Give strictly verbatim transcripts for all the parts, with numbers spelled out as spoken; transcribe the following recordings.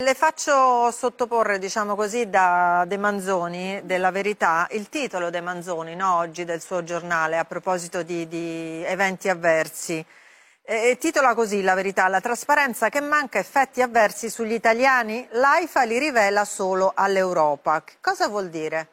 Le faccio sottoporre, diciamo così, da De Manzoni, della Verità, il titolo De Manzoni, no, oggi del suo giornale, a proposito di, di eventi avversi. E titola così La Verità: la trasparenza che manca, effetti avversi sugli italiani? L'AIFA li rivela solo all'Europa. Che cosa vuol dire?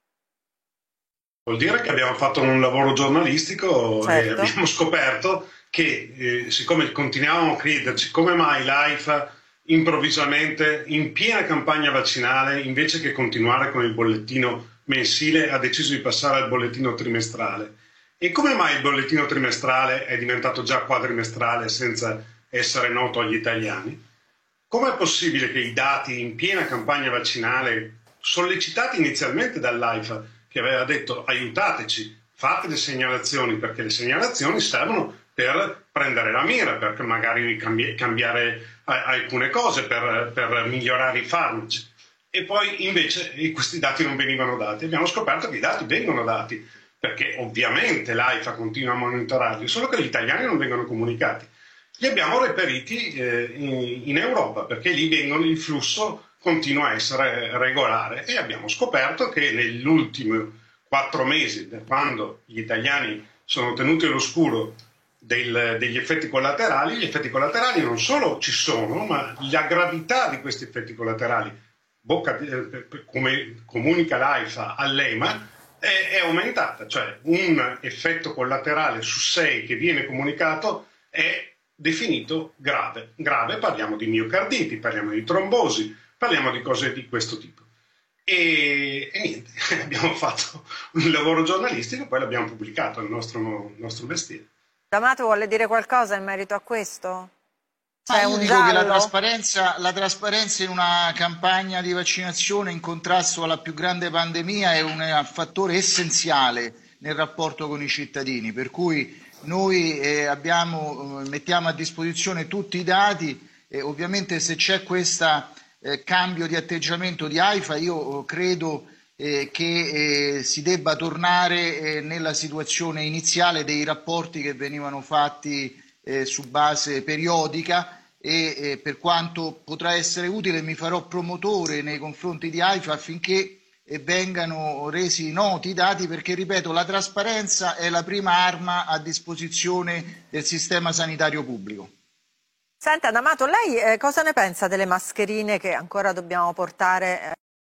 Vuol dire che abbiamo fatto un lavoro giornalistico e Certo. abbiamo scoperto che, eh, siccome continuavamo a crederci, come mai l'AIFA improvvisamente, in piena campagna vaccinale, invece che continuare con il bollettino mensile, ha deciso di passare al bollettino trimestrale. E come mai il bollettino trimestrale è diventato già quadrimestrale senza essere noto agli italiani? Com'è possibile che i dati in piena campagna vaccinale, sollecitati inizialmente dall'AIFA, che aveva detto aiutateci, fate le segnalazioni, perché le segnalazioni servono per prendere la mira, per magari cambi- cambiare alcune cose, per, per migliorare i farmaci. E poi invece questi dati non venivano dati. Abbiamo scoperto che i dati vengono dati, perché ovviamente l'AIFA continua a monitorarli, solo che gli italiani non vengono comunicati. Li abbiamo reperiti eh, in, in Europa, perché lì vengono, il flusso continua a essere regolare, e abbiamo scoperto che negli ultimi quattro mesi, da quando gli italiani sono tenuti all'oscuro del, degli effetti collaterali, gli effetti collaterali non solo ci sono, ma la gravità di questi effetti collaterali, bocca, eh, come comunica l'AIFA all'EMA, è, è aumentata. Cioè un effetto collaterale su sei che viene comunicato è definito grave. Grave, parliamo di miocarditi, parliamo di trombosi, parliamo di cose di questo tipo. E, e niente, abbiamo fatto un lavoro giornalistico e poi l'abbiamo pubblicato, il nostro, nostro mestiere. D'Amato vuole dire qualcosa in merito a questo? Ma C'è io un dico che la giallo? trasparenza, la trasparenza in una campagna di vaccinazione in contrasto alla più grande pandemia è un fattore essenziale nel rapporto con i cittadini, per cui noi eh, abbiamo, mettiamo a disposizione tutti i dati e ovviamente se c'è questo eh, cambio di atteggiamento di AIFA io credo eh, che eh, si debba tornare eh, nella situazione iniziale dei rapporti che venivano fatti eh, su base periodica e eh, per quanto potrà essere utile mi farò promotore nei confronti di AIFA affinché eh, vengano resi noti i dati, perché ripeto la trasparenza è la prima arma a disposizione del sistema sanitario pubblico. Senta, D'Amato, lei eh, cosa ne pensa delle mascherine che ancora dobbiamo portare? Eh,